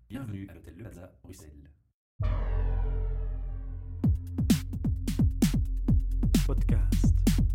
Bienvenue à l'hôtel Le Plaza, Bruxelles. Podcast.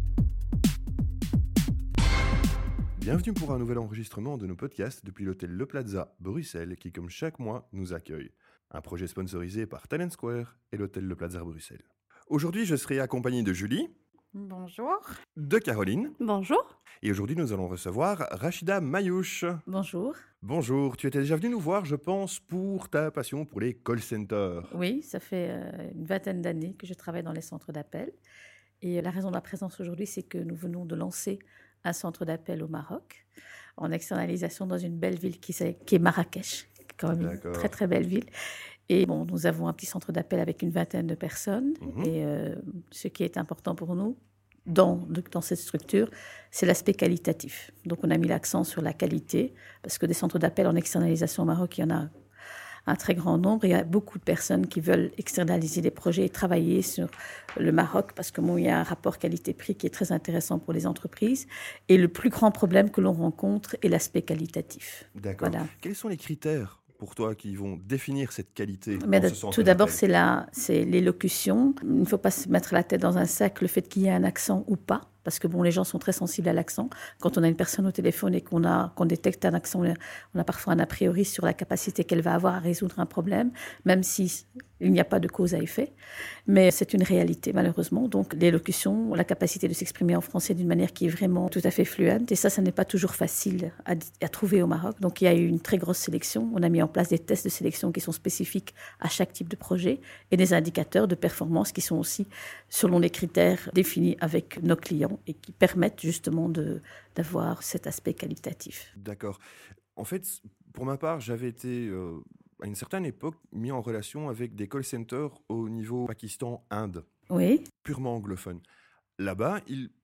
Bienvenue pour un nouvel enregistrement de nos podcasts depuis l'hôtel Le Plaza, Bruxelles, qui comme chaque mois nous accueille. Un projet sponsorisé par Talent Square et l'hôtel Le Plaza, Bruxelles. Aujourd'hui, je serai accompagné de Julie, Bonjour. de Caroline, Bonjour. et aujourd'hui nous allons recevoir Rachida Mayouche. Bonjour. Bonjour, tu étais déjà venue nous voir, je pense, pour ta passion pour les call centers. Oui, ça fait une vingtaine d'années que je travaille dans les centres d'appel. Et la raison de ma présence aujourd'hui, c'est que nous venons de lancer un centre d'appel au Maroc, en externalisation dans une belle ville qui est Marrakech, qui est quand même D'accord. une très très belle ville. Et bon, nous avons un petit centre d'appel avec une vingtaine de personnes. Mhm. Et ce qui est important pour nous dans cette structure, c'est l'aspect qualitatif. Donc on a mis l'accent sur la qualité, parce que des centres d'appel en externalisation au Maroc, il y en a un très grand nombre. Il y a beaucoup de personnes qui veulent externaliser des projets et travailler sur le Maroc, parce que bon, il y a un rapport qualité-prix qui est très intéressant pour les entreprises. Et le plus grand problème que l'on rencontre est l'aspect qualitatif. D'accord. Voilà. Quels sont les critères pour toi qui vont définir cette qualité Mais dans ce centre tout d'abord, d'appel? c'est l'élocution. Il ne faut pas se mettre la tête dans un sac, le fait qu'il y ait un accent ou pas, parce que bon, les gens sont très sensibles à l'accent. Quand on a une personne au téléphone et qu'on détecte un accent, on a parfois un a priori sur la capacité qu'elle va avoir à résoudre un problème, même si il n'y a pas de cause à effet. Mais c'est une réalité, malheureusement. Donc, l'élocution, la capacité de s'exprimer en français d'une manière qui est vraiment tout à fait fluente. Et ça n'est pas toujours facile à trouver au Maroc. Donc, il y a eu une très grosse sélection. On a mis en place des tests de sélection qui sont spécifiques à chaque type de projet et des indicateurs de performance qui sont aussi selon les critères définis avec nos clients et qui permettent justement d'avoir cet aspect qualitatif. D'accord. En fait, pour ma part, j'avais été, à une certaine époque, mis en relation avec des call centers au niveau Pakistan-Inde, Oui. purement anglophone. Là-bas,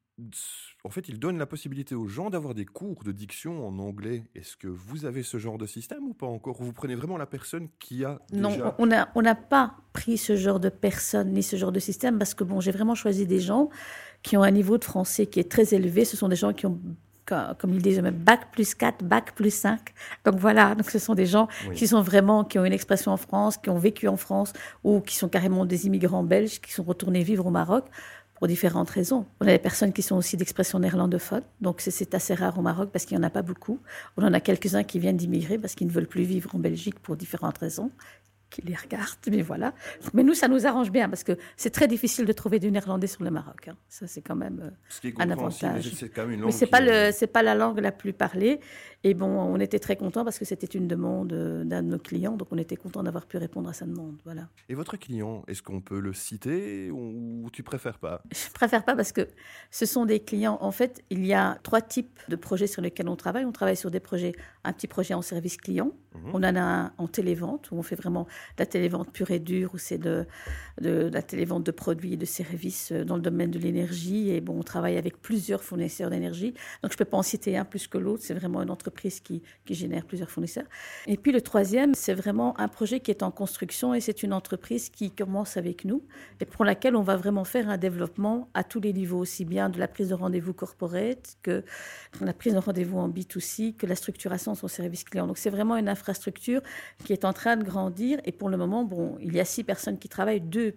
ils donnent la possibilité aux gens d'avoir des cours de diction en anglais. Est-ce que vous avez ce genre de système ou pas encore? Ou vous prenez vraiment la personne qui a Non, déjà... on n'a pas pris ce genre de personne ni ce genre de système parce que bon, j'ai vraiment choisi des gens qui ont un niveau de français qui est très élevé. Ce sont des gens qui ont, comme ils disent, bac plus 4, bac plus 5. Donc voilà, donc ce sont des gens Oui. qui ont une expression en France, qui ont vécu en France ou qui sont carrément des immigrants belges qui sont retournés vivre au Maroc pour différentes raisons. On a des personnes qui sont aussi d'expression néerlandophone, donc c'est assez rare au Maroc parce qu'il n'y en a pas beaucoup. On en a quelques-uns qui viennent d'immigrer parce qu'ils ne veulent plus vivre en Belgique pour différentes raisons, qui les regardent, mais voilà. Mais nous, ça nous arrange bien parce que c'est très difficile de trouver du néerlandais sur le Maroc. Hein. Ça, c'est quand même Ce qui est un compréhensible, mais avantage. c'est quand même une Mais langue c'est qui pas est- c'est pas la langue la plus parlée. Et bon, on était très contents parce que c'était une demande d'un de nos clients, donc on était contents d'avoir pu répondre à sa demande. Voilà. Et votre client, est-ce qu'on peut le citer ou tu préfères pas? Je préfère pas parce que ce sont des clients. En fait, il y a 3 types de projets sur lesquels on travaille. On travaille sur des projets, un petit projet en service client. Mhm. On en a un en télévente où on fait vraiment de la télévente pure et dure, où c'est de la télévente de produits et de services dans le domaine de l'énergie. Et bon, on travaille avec plusieurs fournisseurs d'énergie. Donc, je peux pas en citer un plus que l'autre. C'est vraiment une entreprise qui génère plusieurs fournisseurs. Et puis, le troisième, c'est vraiment un projet qui est en construction et c'est une entreprise qui commence avec nous et pour laquelle on va vraiment faire un développement à tous les niveaux, aussi bien de la prise de rendez-vous corporate que la prise de rendez-vous en B2C, que la structuration de son service client. Donc, c'est vraiment une infrastructure qui est en train de grandir. Et pour le moment, bon, il y a 6 personnes qui travaillent, 2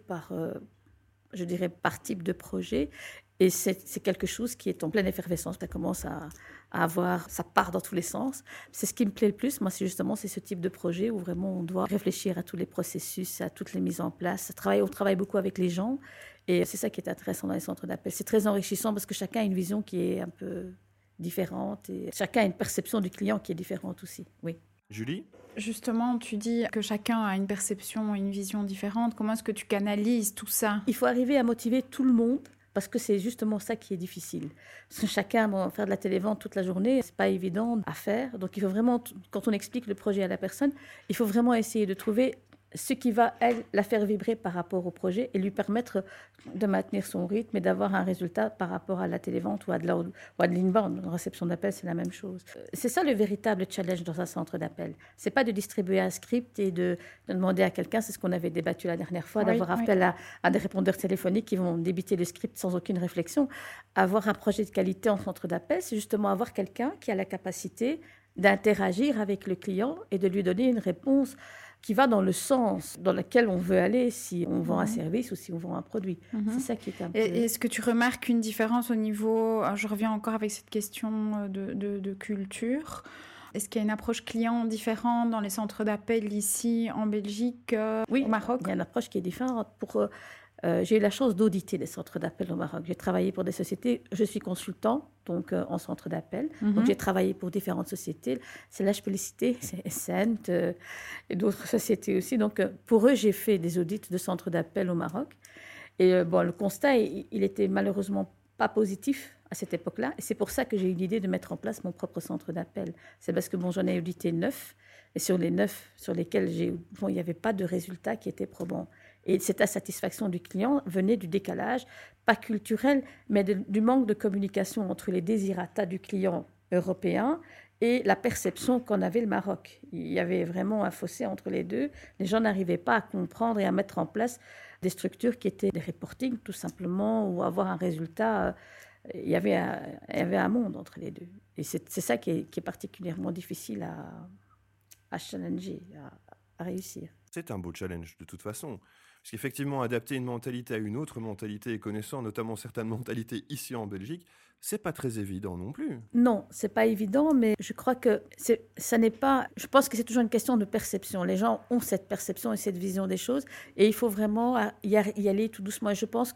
je dirais, par type de projet. Et c'est quelque chose qui est en pleine effervescence. Ça commence à avoir, ça part dans tous les sens. C'est ce qui me plaît le plus. Moi, c'est ce type de projet où vraiment on doit réfléchir à tous les processus, à toutes les mises en place. On travaille beaucoup avec les gens. Et c'est ça qui est intéressant dans les centres d'appel. C'est très enrichissant parce que chacun a une vision qui est un peu différente et chacun a une perception du client qui est différente aussi. Oui. Julie? Justement, tu dis que chacun a une perception, une vision différente. Comment est-ce que tu canalises tout ça? Il faut arriver à motiver tout le monde parce que c'est justement ça qui est difficile. Parce que chacun va faire de la télévente toute la journée, c'est pas évident à faire. Donc il faut vraiment, quand on explique le projet à la personne, il faut vraiment essayer de trouver ce qui va, elle, la faire vibrer par rapport au projet et lui permettre de maintenir son rythme et d'avoir un résultat par rapport à la télévente ou à de l'inbound. En réception d'appel, c'est la même chose. C'est ça le véritable challenge dans un centre d'appel. C'est pas de distribuer un script et de demander à quelqu'un, c'est ce qu'on avait débattu la dernière fois, d'avoir appel à des répondeurs téléphoniques qui vont débiter le script sans aucune réflexion. Avoir un projet de qualité en centre d'appel, c'est justement avoir quelqu'un qui a la capacité d'interagir avec le client et de lui donner une réponse qui va dans le sens dans lequel on veut aller si on vend un service ou si on vend un produit. C'est ça qui est un peu... Et est-ce que tu remarques une différence au niveau... Je reviens encore avec cette question de culture. Est-ce qu'il y a une approche client différente dans les centres d'appel ici en Belgique, oui, au Maroc? Il y a une approche qui est différente. J'ai eu la chance d'auditer des centres d'appel au Maroc. J'ai travaillé pour des sociétés, je suis consultant donc en centre d'appel. Donc j'ai travaillé pour différentes sociétés. Celles-là, je peux les citer, c'est Essent et d'autres sociétés aussi. Donc pour eux, j'ai fait des audits de centres d'appel au Maroc. Et le constat, il était malheureusement pas positif à cette époque-là. Et c'est pour ça que j'ai eu l'idée de mettre en place mon propre centre d'appel. C'est parce que j'en ai audité 9. Et sur les 9 sur lesquels il n'y avait pas de résultat qui était probant. Et cette insatisfaction du client venait du décalage, pas culturel, mais du manque de communication entre les désirata du client européen et la perception qu'en avait le Maroc. Il y avait vraiment un fossé entre les deux. Les gens n'arrivaient pas à comprendre et à mettre en place des structures qui étaient des reporting, tout simplement, ou avoir un résultat. Il y avait un monde entre les deux. Et c'est ça qui est particulièrement difficile à challenger, à réussir. C'est un beau challenge de toute façon. Parce qu'effectivement, adapter une mentalité à une autre mentalité et connaissant notamment certaines mentalités ici en Belgique, c'est pas très évident non plus. Non, c'est pas évident, mais je crois que ça n'est pas... Je pense que c'est toujours une question de perception. Les gens ont cette perception et cette vision des choses et il faut vraiment y aller tout doucement. Et je pense que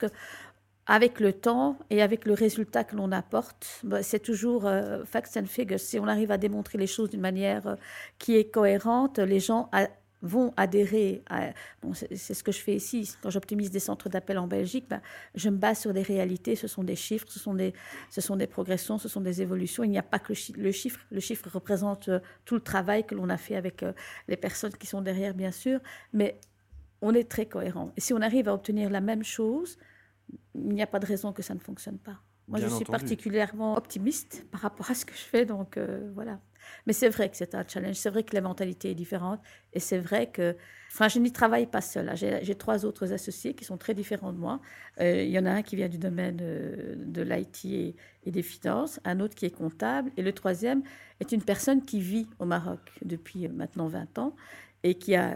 avec le temps et avec le résultat que l'on apporte, c'est toujours facts and figures. Si on arrive à démontrer les choses d'une manière qui est cohérente, les gens vont adhérer à... c'est ce que je fais ici. Quand j'optimise des centres d'appel en Belgique, je me base sur des réalités, ce sont des chiffres, ce sont des progressions, ce sont des évolutions. Il n'y a pas que le chiffre. Le chiffre représente tout le travail que l'on a fait avec les personnes qui sont derrière, bien sûr, mais on est très cohérent. Et si on arrive à obtenir la même chose, il n'y a pas de raison que ça ne fonctionne pas. Moi, je suis particulièrement optimiste par rapport à ce que je fais, donc voilà. Mais c'est vrai que c'est un challenge, c'est vrai que la mentalité est différente, et c'est vrai que... Enfin, je n'y travaille pas seule. J'ai 3 autres associés qui sont très différents de moi. Il y en a un qui vient du domaine de l'IT et des finances, un autre qui est comptable, et le 3e est une personne qui vit au Maroc depuis maintenant 20 ans, et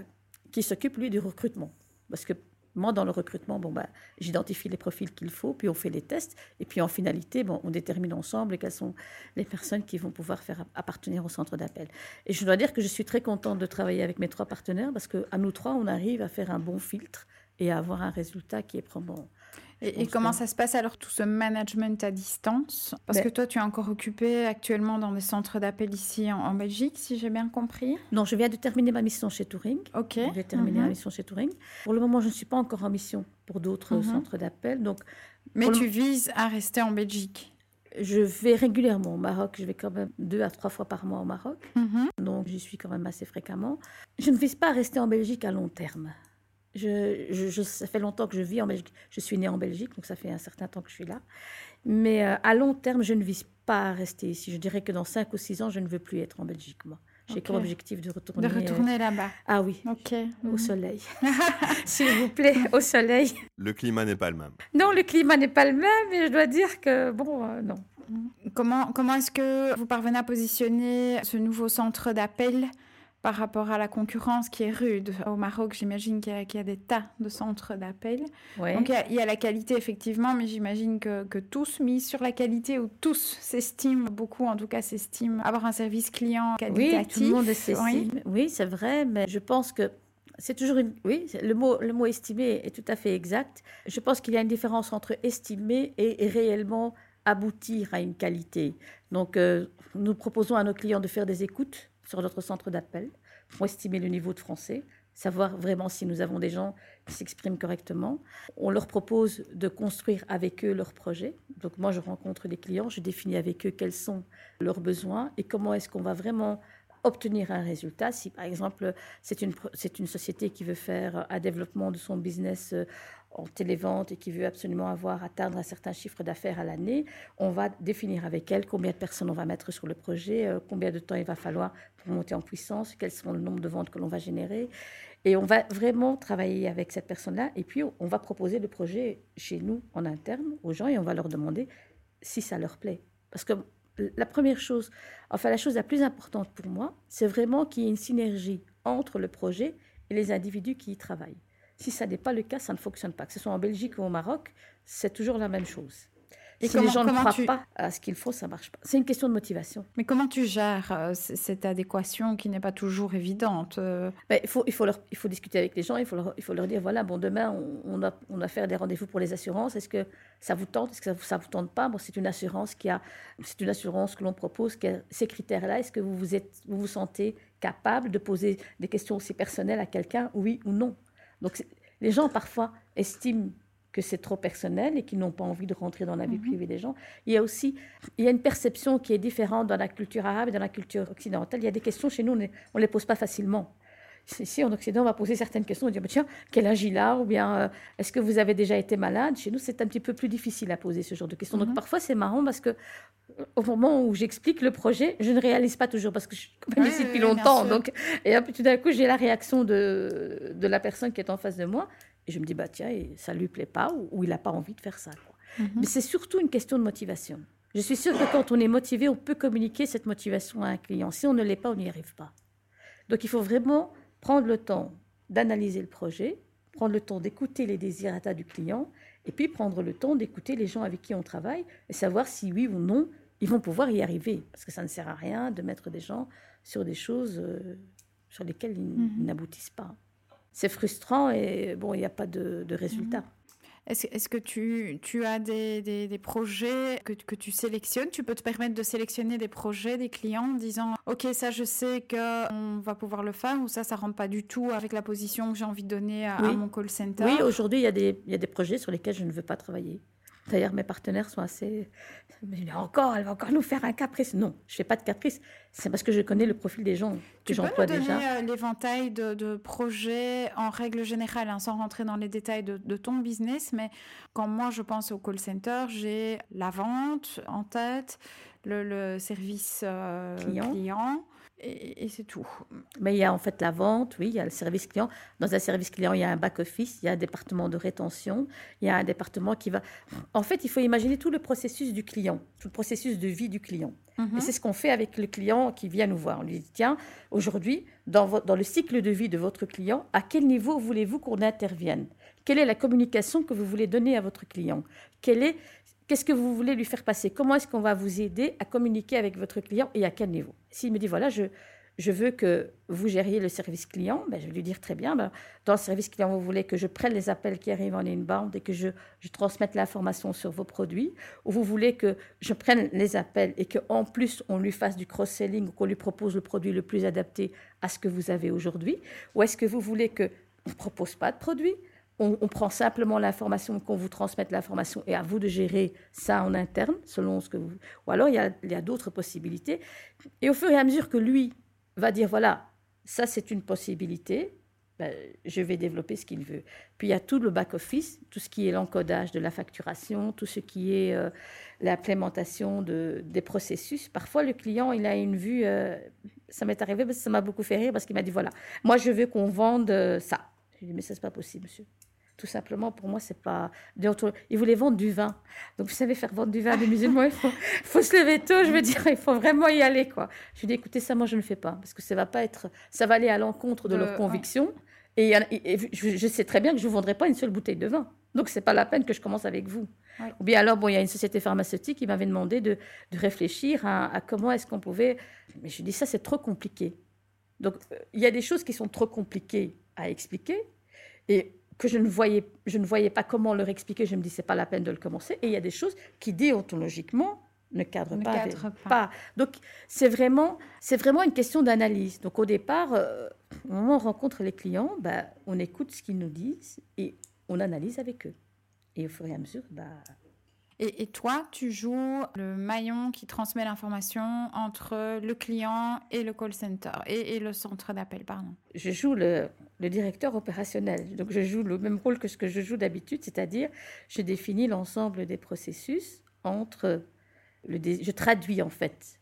qui s'occupe, lui, du recrutement. Parce que moi, dans le recrutement, j'identifie les profils qu'il faut, puis on fait les tests, et puis en finalité, on détermine ensemble quelles sont les personnes qui vont pouvoir faire appartenir au centre d'appel. Et je dois dire que je suis très contente de travailler avec mes 3 partenaires, parce qu'à nous 3, on arrive à faire un bon filtre et à avoir un résultat qui est probant. Et comment ça se passe alors, tout ce management à distance? Parce que toi, tu es encore occupée actuellement dans des centres d'appel ici en Belgique, si j'ai bien compris. Non, je viens de terminer ma mission chez Touring. Ok. J'ai terminé ma mission chez Touring. Pour le moment, je ne suis pas encore en mission pour d'autres centres d'appel. Mais tu vises à rester en Belgique? Je vais régulièrement au Maroc. Je vais quand même 2 à 3 fois par mois au Maroc. Donc, j'y suis quand même assez fréquemment. Je ne vise pas à rester en Belgique à long terme. Ça fait longtemps que je vis en Belgique. Je suis née en Belgique, donc ça fait un certain temps que je suis là. Mais à long terme, je ne vise pas à rester ici. Je dirais que dans 5 ou 6 ans, je ne veux plus être en Belgique, moi. J'ai comme objectif de retourner... De retourner là-bas. Ah oui, okay. Au soleil. S'il vous plaît, au soleil. Le climat n'est pas le même. Non, le climat n'est pas le même, mais je dois dire que, non. Comment est-ce que vous parvenez à positionner ce nouveau centre d'appel par rapport à la concurrence qui est rude? Au Maroc, j'imagine qu'il y a des tas de centres d'appel. Ouais. Donc, il y a la qualité, effectivement, mais j'imagine que tous misent sur la qualité, ou tous s'estiment, beaucoup en tout cas s'estiment, avoir un service client qualitatif. Oui, tout le monde s'estime. Oui, c'est vrai, mais je pense que c'est toujours Oui, le mot estimer est tout à fait exact. Je pense qu'il y a une différence entre estimer et réellement aboutir à une qualité. Donc, nous proposons à nos clients de faire des écoutes sur notre centre d'appel pour estimer le niveau de français, savoir vraiment si nous avons des gens qui s'expriment correctement. On leur propose de construire avec eux leurs projets. Donc moi, je rencontre les clients, je définis avec eux quels sont leurs besoins et comment est-ce qu'on va vraiment obtenir un résultat. Si, par exemple, c'est une société qui veut faire un développement de son business en télévente et qui veut absolument atteindre un certain chiffre d'affaires à l'année, on va définir avec elle combien de personnes on va mettre sur le projet, combien de temps il va falloir pour monter en puissance, quels seront le nombre de ventes que l'on va générer. Et on va vraiment travailler avec cette personne-là. Et puis, on va proposer le projet chez nous, en interne, aux gens, et on va leur demander si ça leur plaît. Parce que la première chose, enfin la chose la plus importante pour moi, c'est vraiment qu'il y ait une synergie entre le projet et les individus qui y travaillent. Si ça n'est pas le cas, ça ne fonctionne pas. Que ce soit en Belgique ou au Maroc, c'est toujours la même chose. Et si les gens ne croient pas à ce qu'il faut, ça ne marche pas. C'est une question de motivation. Mais comment tu gères cette adéquation qui n'est pas toujours évidente Il faut discuter avec les gens, il faut leur dire, voilà, bon, demain, on a fait des rendez-vous pour les assurances. Est-ce que ça vous tente? Est-ce que ça ne vous tente pas? Bon, c'est une assurance que l'on propose, qui a ces critères-là. Est-ce que vous vous sentez capable de poser des questions aussi personnelles à quelqu'un, oui ou non? Donc, les gens, parfois, estiment que c'est trop personnel et qu'ils n'ont pas envie de rentrer dans la vie privée des gens. Il y a une perception qui est différente dans la culture arabe et dans la culture occidentale. Il y a des questions chez nous, on ne les pose pas facilement. Ici, en Occident, on va poser certaines questions, on va dire, tiens, quel âge il a? Ou bien, est-ce que vous avez déjà été malade? Chez nous, c'est un petit peu plus difficile à poser ce genre de questions. Donc, parfois, c'est marrant parce que au moment où j'explique le projet, je ne réalise pas toujours parce que je suis quand même ici depuis longtemps. Donc, et tout d'un coup, j'ai la réaction de la personne qui est en face de moi. Et je me dis, tiens, ça ne lui plaît pas ou il n'a pas envie de faire ça. Mais c'est surtout une question de motivation. Je suis sûre que quand on est motivé, on peut communiquer cette motivation à un client. Si on ne l'est pas, on n'y arrive pas. Donc, il faut vraiment prendre le temps d'analyser le projet, prendre le temps d'écouter les désirata du client et puis prendre le temps d'écouter les gens avec qui on travaille et savoir si oui ou non, ils vont pouvoir y arriver. Parce que ça ne sert à rien de mettre des gens sur des choses sur lesquelles ils n'aboutissent pas. C'est frustrant et bon, il n'y a pas de résultat. Est-ce que tu as des projets que tu sélectionnes? Tu peux te permettre de sélectionner des projets, des clients en disant « Ok, ça, je sais qu'on va pouvoir le faire » ou ça ne rentre pas du tout avec la position que j'ai envie de donner à mon call center? Oui, aujourd'hui, il y a des projets sur lesquels je ne veux pas travailler. D'ailleurs, mes partenaires sont assez... Elle va encore nous faire un caprice. Non, je ne fais pas de caprice. C'est parce que je connais le profil des gens que j'emploie déjà. Tu peux nous donner l'éventail de projets en règle générale, sans rentrer dans les détails de ton business, mais quand moi je pense au call center, j'ai la vente en tête, le service client. Et c'est tout. Mais il y a en fait la vente, oui, il y a le service client. Dans un service client, il y a un back-office, il y a un département de rétention, il y a un département qui va... En fait, il faut imaginer tout le processus du client, tout le processus de vie du client. Et c'est ce qu'on fait avec le client qui vient nous voir. On lui dit, tiens, aujourd'hui, dans le cycle de vie de votre client, à quel niveau voulez-vous qu'on intervienne? Quelle est la communication que vous voulez donner à votre client? Qu'est-ce que vous voulez lui faire passer? Comment est-ce qu'on va vous aider à communiquer avec votre client et à quel niveau? S'il me dit, voilà, je veux que vous gériez le service client, je vais lui dire très bien, dans le service client, vous voulez que je prenne les appels qui arrivent en inbound et que je transmette l'information sur vos produits, ou vous voulez que je prenne les appels et qu'en plus, on lui fasse du cross-selling ou qu'on lui propose le produit le plus adapté à ce que vous avez aujourd'hui, ou est-ce que vous voulez qu'on ne propose pas de produit? On prend simplement l'information, qu'on vous transmette l'information et à vous de gérer ça en interne, selon ce que vous... Ou alors, il y a d'autres possibilités. Et au fur et à mesure que lui va dire, voilà, ça c'est une possibilité, je vais développer ce qu'il veut. Puis, il y a tout le back-office, tout ce qui est l'encodage de la facturation, tout ce qui est l'implémentation des processus. Parfois, le client, il a une vue... ça m'est arrivé parce que ça m'a beaucoup fait rire parce qu'il m'a dit, voilà, moi, je veux qu'on vende ça. J'ai dit, mais ça, c'est pas possible, monsieur. Tout simplement, pour moi, c'est pas... Ils voulaient vendre du vin. Donc, vous savez, faire vendre du vin à des musulmans, il faut se lever tôt. Je veux dire, il faut vraiment y aller, quoi. Je lui ai dit, écoutez, ça, moi, je ne le fais pas. Parce que ça va aller à l'encontre de leurs convictions. Et je sais très bien que je ne vous vendrai pas une seule bouteille de vin. Donc, ce n'est pas la peine que je commence avec vous. Ouais. Ou bien alors, il y a une société pharmaceutique qui m'avait demandé de réfléchir à comment est-ce qu'on pouvait... Mais je lui ai dit, ça, c'est trop compliqué. Donc, il y a des choses qui sont trop compliquées à expliquer et que je ne voyais pas comment leur expliquer. Je me dis, c'est pas la peine de le commencer. Et il y a des choses qui, déontologiquement, ne cadrent pas. Donc, c'est vraiment une question d'analyse. Donc, au départ, au moment où on rencontre les clients, on écoute ce qu'ils nous disent et on analyse avec eux. Et au fur et à mesure, Et toi, tu joues le maillon qui transmet l'information entre le client et le call center, et le centre d'appel, pardon. Je joue le directeur opérationnel. Donc, je joue le même rôle que ce que je joue d'habitude, c'est-à-dire je définis l'ensemble des processus entre... je traduis, en fait,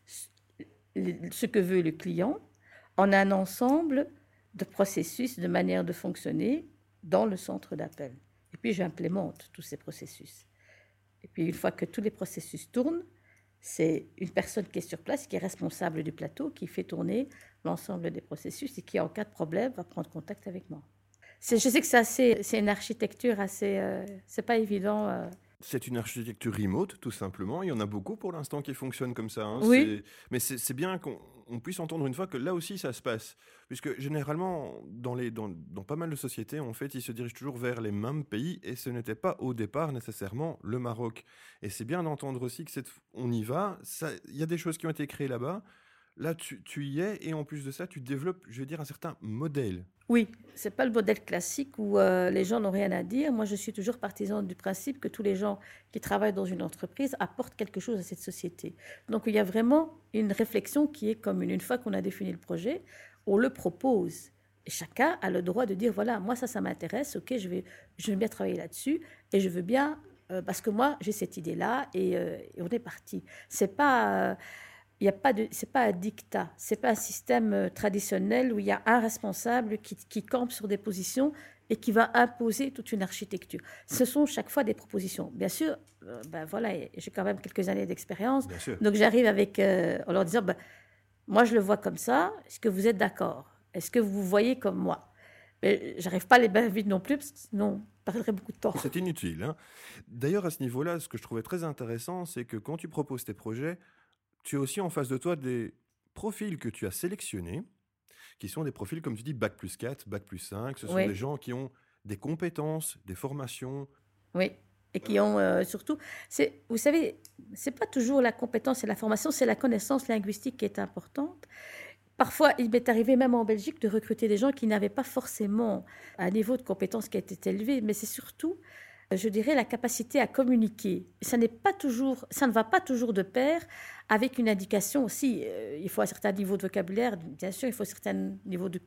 ce que veut le client en un ensemble de processus, de manière de fonctionner dans le centre d'appel. Et puis, j'implémente tous ces processus. Et puis, une fois que tous les processus tournent, C'est une personne qui est sur place, qui est responsable du plateau, qui fait tourner l'ensemble des processus et qui, en cas de problème, va prendre contact avec moi. Je sais que c'est une architecture assez... c'est pas évident. C'est une architecture remote, tout simplement. Il y en a beaucoup pour l'instant qui fonctionnent comme ça. Hein. Oui. Mais c'est bien qu'on puisse entendre une fois que là aussi ça se passe. Puisque généralement, dans pas mal de sociétés, en fait, ils se dirigent toujours vers les mêmes pays et ce n'était pas au départ nécessairement le Maroc. Et c'est bien d'entendre aussi que on y va. Il y a des choses qui ont été créées là-bas. Là, tu y es et en plus de ça, tu développes, je veux dire, un certain modèle. Oui, c'est pas le modèle classique où les gens n'ont rien à dire. Moi, je suis toujours partisan du principe que tous les gens qui travaillent dans une entreprise apportent quelque chose à cette société. Donc, il y a vraiment une réflexion qui est commune. Une fois qu'on a défini le projet, on le propose. Et chacun a le droit de dire, voilà, moi, ça m'intéresse, ok, je veux bien travailler là-dessus et je veux bien, parce que moi, j'ai cette idée-là et on est parti. C'est pas... c'est pas un dictat, c'est pas un système traditionnel où il y a un responsable qui campe sur des positions et qui va imposer toute une architecture. Ce sont chaque fois des propositions. Bien sûr, voilà, j'ai quand même quelques années d'expérience, donc j'arrive avec en leur disant, moi je le vois comme ça. Est-ce que vous êtes d'accord? Est-ce que vous voyez comme moi? Mais j'arrive pas à les bains vides non plus, parce que sinon, on perdrait beaucoup de temps. C'est inutile. Hein. D'ailleurs, à ce niveau-là, ce que je trouvais très intéressant, c'est que quand tu proposes tes projets, tu as aussi en face de toi des profils que tu as sélectionnés, qui sont des profils, comme tu dis, Bac plus 4, Bac plus 5. Ce sont des gens qui ont des compétences, des formations. Oui, et qui ont surtout... Vous savez, c'est pas toujours la compétence et la formation, c'est la connaissance linguistique qui est importante. Parfois, il m'est arrivé, même en Belgique, de recruter des gens qui n'avaient pas forcément un niveau de compétence qui était élevé, mais c'est surtout... je dirais, la capacité à communiquer. Ça ne va pas toujours de pair avec une indication aussi. Il faut un certain niveau de vocabulaire, bien sûr, il faut un certain niveau de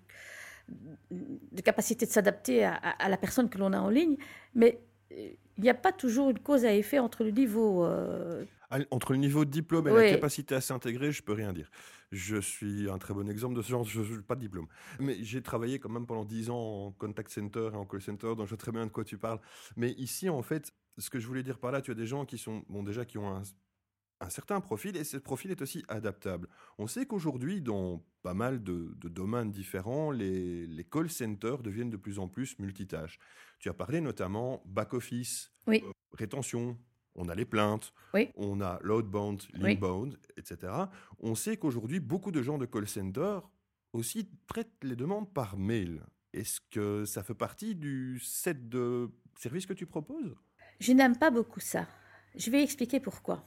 capacité de s'adapter à la personne que l'on a en ligne, mais il n'y a pas toujours une cause à effet entre le niveau... Entre le niveau de diplôme et la capacité à s'intégrer, je ne peux rien dire. Je suis un très bon exemple de ce genre, je n'ai pas de diplôme. Mais j'ai travaillé quand même pendant 10 ans en contact center et en call center, donc je sais très bien de quoi tu parles. Mais ici, en fait, ce que je voulais dire par là, tu as des gens qui sont, déjà, qui ont un certain profil, et ce profil est aussi adaptable. On sait qu'aujourd'hui, dans pas mal de domaines différents, les call centers deviennent de plus en plus multitâches. Tu as parlé notamment back-office, rétention. On a les plaintes, on a l'outbound, l'inbound, etc. On sait qu'aujourd'hui, beaucoup de gens de call center aussi traitent les demandes par mail. Est-ce que ça fait partie du set de services que tu proposes? Je n'aime pas beaucoup ça. Je vais expliquer pourquoi.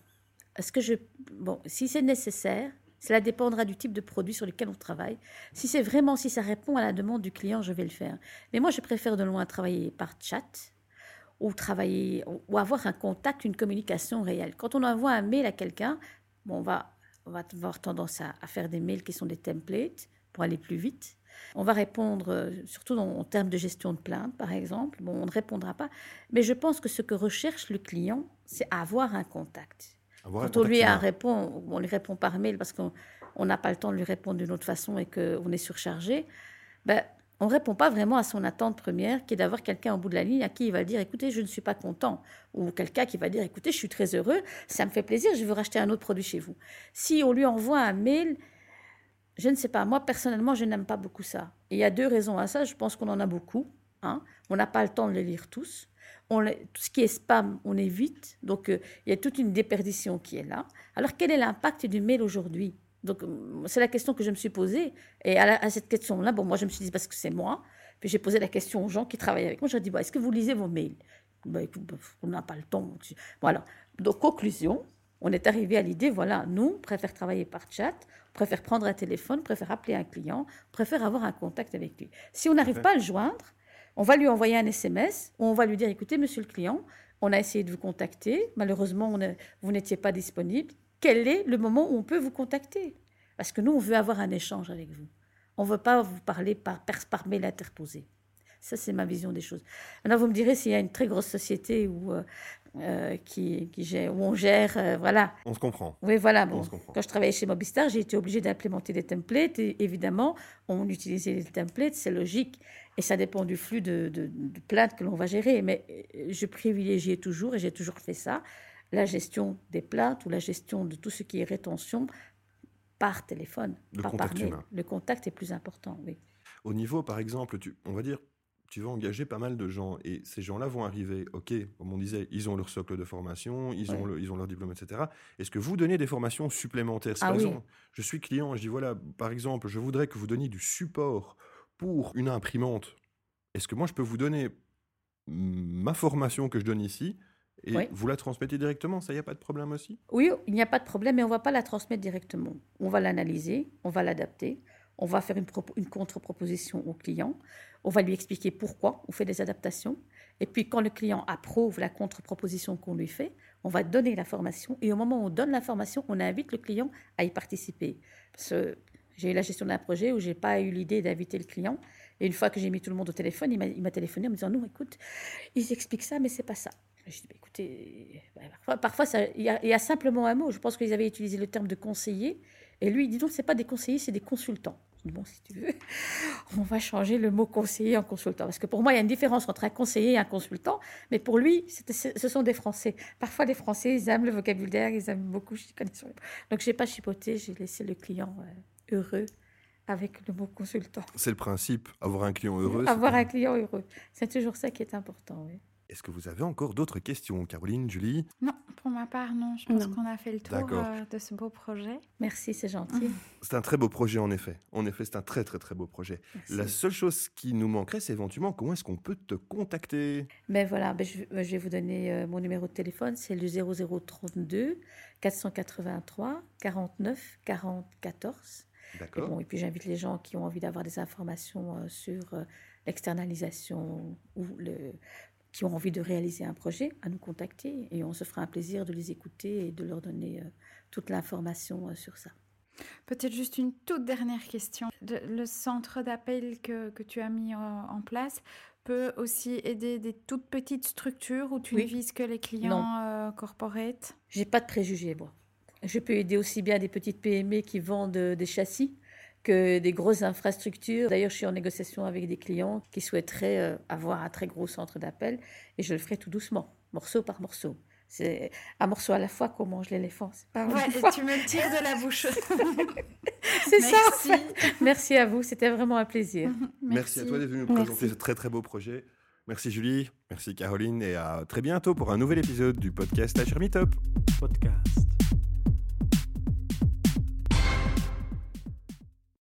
Si c'est nécessaire, cela dépendra du type de produit sur lequel on travaille. Si ça répond à la demande du client, je vais le faire. Mais moi, je préfère de loin travailler par chat, ou travailler, ou avoir un contact, une communication réelle. Quand on envoie un mail à quelqu'un, on va avoir tendance à faire des mails qui sont des templates pour aller plus vite. On va répondre, surtout en termes de gestion de plainte, par exemple. On ne répondra pas. Mais je pense que ce que recherche le client, c'est avoir un contact. Quand on lui répond, on lui répond par mail parce qu'on n'a pas le temps de lui répondre d'une autre façon et qu'on est surchargé, on ne répond pas vraiment à son attente première, qui est d'avoir quelqu'un au bout de la ligne à qui il va dire « Écoutez, je ne suis pas content ». Ou quelqu'un qui va dire « Écoutez, je suis très heureux, ça me fait plaisir, je veux racheter un autre produit chez vous ». Si on lui envoie un mail, je ne sais pas, moi personnellement, je n'aime pas beaucoup ça. Et il y a 2 raisons à ça, je pense qu'on en a beaucoup. Hein. On n'a pas le temps de les lire tous. Tout ce qui est spam, on évite. Donc, il y a toute une déperdition qui est là. Alors, quel est l'impact du mail aujourd'hui ? Donc, c'est la question que je me suis posée. Et à cette question-là, moi, je me suis dit, parce que c'est moi. Puis, j'ai posé la question aux gens qui travaillent avec moi. Je leur ai dit, est-ce que vous lisez vos mails ? Écoute, on n'a pas le temps. Voilà. Donc, conclusion, on est arrivé à l'idée, nous, on préfère travailler par chat, on préfère prendre un téléphone, on préfère appeler un client, on préfère avoir un contact avec lui. Si on n'arrive pas à le joindre, on va lui envoyer un SMS, ou on va lui dire, écoutez, monsieur le client, on a essayé de vous contacter, malheureusement, vous n'étiez pas disponible. Quel est le moment où on peut vous contacter ? Parce que nous, on veut avoir un échange avec vous. On ne veut pas vous parler par mail interposé. Ça, c'est ma vision des choses. Maintenant, vous me direz s'il y a une très grosse société où on gère, voilà. On se comprend. Oui, voilà. Bon, quand je travaillais chez Mobistar, j'ai été obligée d'implémenter des templates. Et évidemment, on utilisait les templates, c'est logique. Et ça dépend du flux de plaintes que l'on va gérer. Mais je privilégiais toujours, et j'ai toujours fait ça, la gestion des plaintes ou la gestion de tout ce qui est rétention par téléphone, pas par mail. Le contact est plus important, oui. Au niveau, par exemple, on va dire, tu vas engager pas mal de gens et ces gens-là vont arriver, ok, comme on disait, ils ont leur socle de formation, ils ont leur diplôme, etc. Est-ce que vous donnez des formations supplémentaires? Par exemple, je suis client, je dis voilà, par exemple, je voudrais que vous donniez du support pour une imprimante. Est-ce que moi, je peux vous donner ma formation que je donne ici et vous la transmettez directement? Ça, il n'y a pas de problème aussi? Oui, il n'y a pas de problème, mais on ne va pas la transmettre directement. On va l'analyser, on va l'adapter, on va faire une contre-proposition au client, on va lui expliquer pourquoi on fait des adaptations. Et puis, quand le client approuve la contre-proposition qu'on lui fait, on va donner la formation. Et au moment où on donne la formation, on invite le client à y participer. Parce que j'ai eu la gestion d'un projet où je n'ai pas eu l'idée d'inviter le client. Et une fois que j'ai mis tout le monde au téléphone, il m'a téléphoné en me disant « Non, écoute, ils expliquent ça, mais ce n'est pas ça. » Je dis « Écoutez, parfois il y a simplement un mot. Je pense qu'ils avaient utilisé le terme de conseiller. Et lui, il dit « Non, ce n'est pas des conseillers, c'est des consultants. » Je dis « Bon, si tu veux, on va changer le mot conseiller en consultant. » Parce que pour moi, il y a une différence entre un conseiller et un consultant. Mais pour lui, ce sont des Français. Parfois, les Français, ils aiment le vocabulaire, ils aiment beaucoup. Donc, je n'ai pas chipoté, j'ai laissé le client heureux avec le mot consultant. C'est le principe, avoir un client heureux. Avoir un client heureux. C'est toujours ça qui est important, oui. Est-ce que vous avez encore d'autres questions, Caroline, Julie? Non, pour ma part, non. Je pense qu'on a fait le tour de ce beau projet. Merci, c'est gentil. C'est un très beau projet, en effet. En effet, c'est un très, très, très beau projet. Merci. La seule chose qui nous manquerait, c'est éventuellement comment est-ce qu'on peut te contacter? Voilà, je vais vous donner mon numéro de téléphone. C'est le 0032 483 49 40 14. D'accord. Et puis j'invite les gens qui ont envie d'avoir des informations sur l'externalisation ou qui ont envie de réaliser un projet à nous contacter et on se fera un plaisir de les écouter et de leur donner toute l'information sur ça. Peut-être juste une toute dernière question. Le centre d'appel que tu as mis en place peut aussi aider des toutes petites structures où tu ne vises que les clients corporate? J'ai pas de préjugés, moi. Je peux aider aussi bien des petites PME qui vendent des châssis que des grosses infrastructures. D'ailleurs, je suis en négociation avec des clients qui souhaiteraient avoir un très gros centre d'appel et je le ferai tout doucement, morceau par morceau. C'est un morceau à la fois qu'on mange l'éléphant. C'est pas tu me le tires de la bouche. C'est ça. Merci à vous, c'était vraiment un plaisir. Merci à toi d'être venu nous présenter ce très très beau projet. Merci Julie, merci Caroline et à très bientôt pour un nouvel épisode du podcast HR Meetup. Podcast.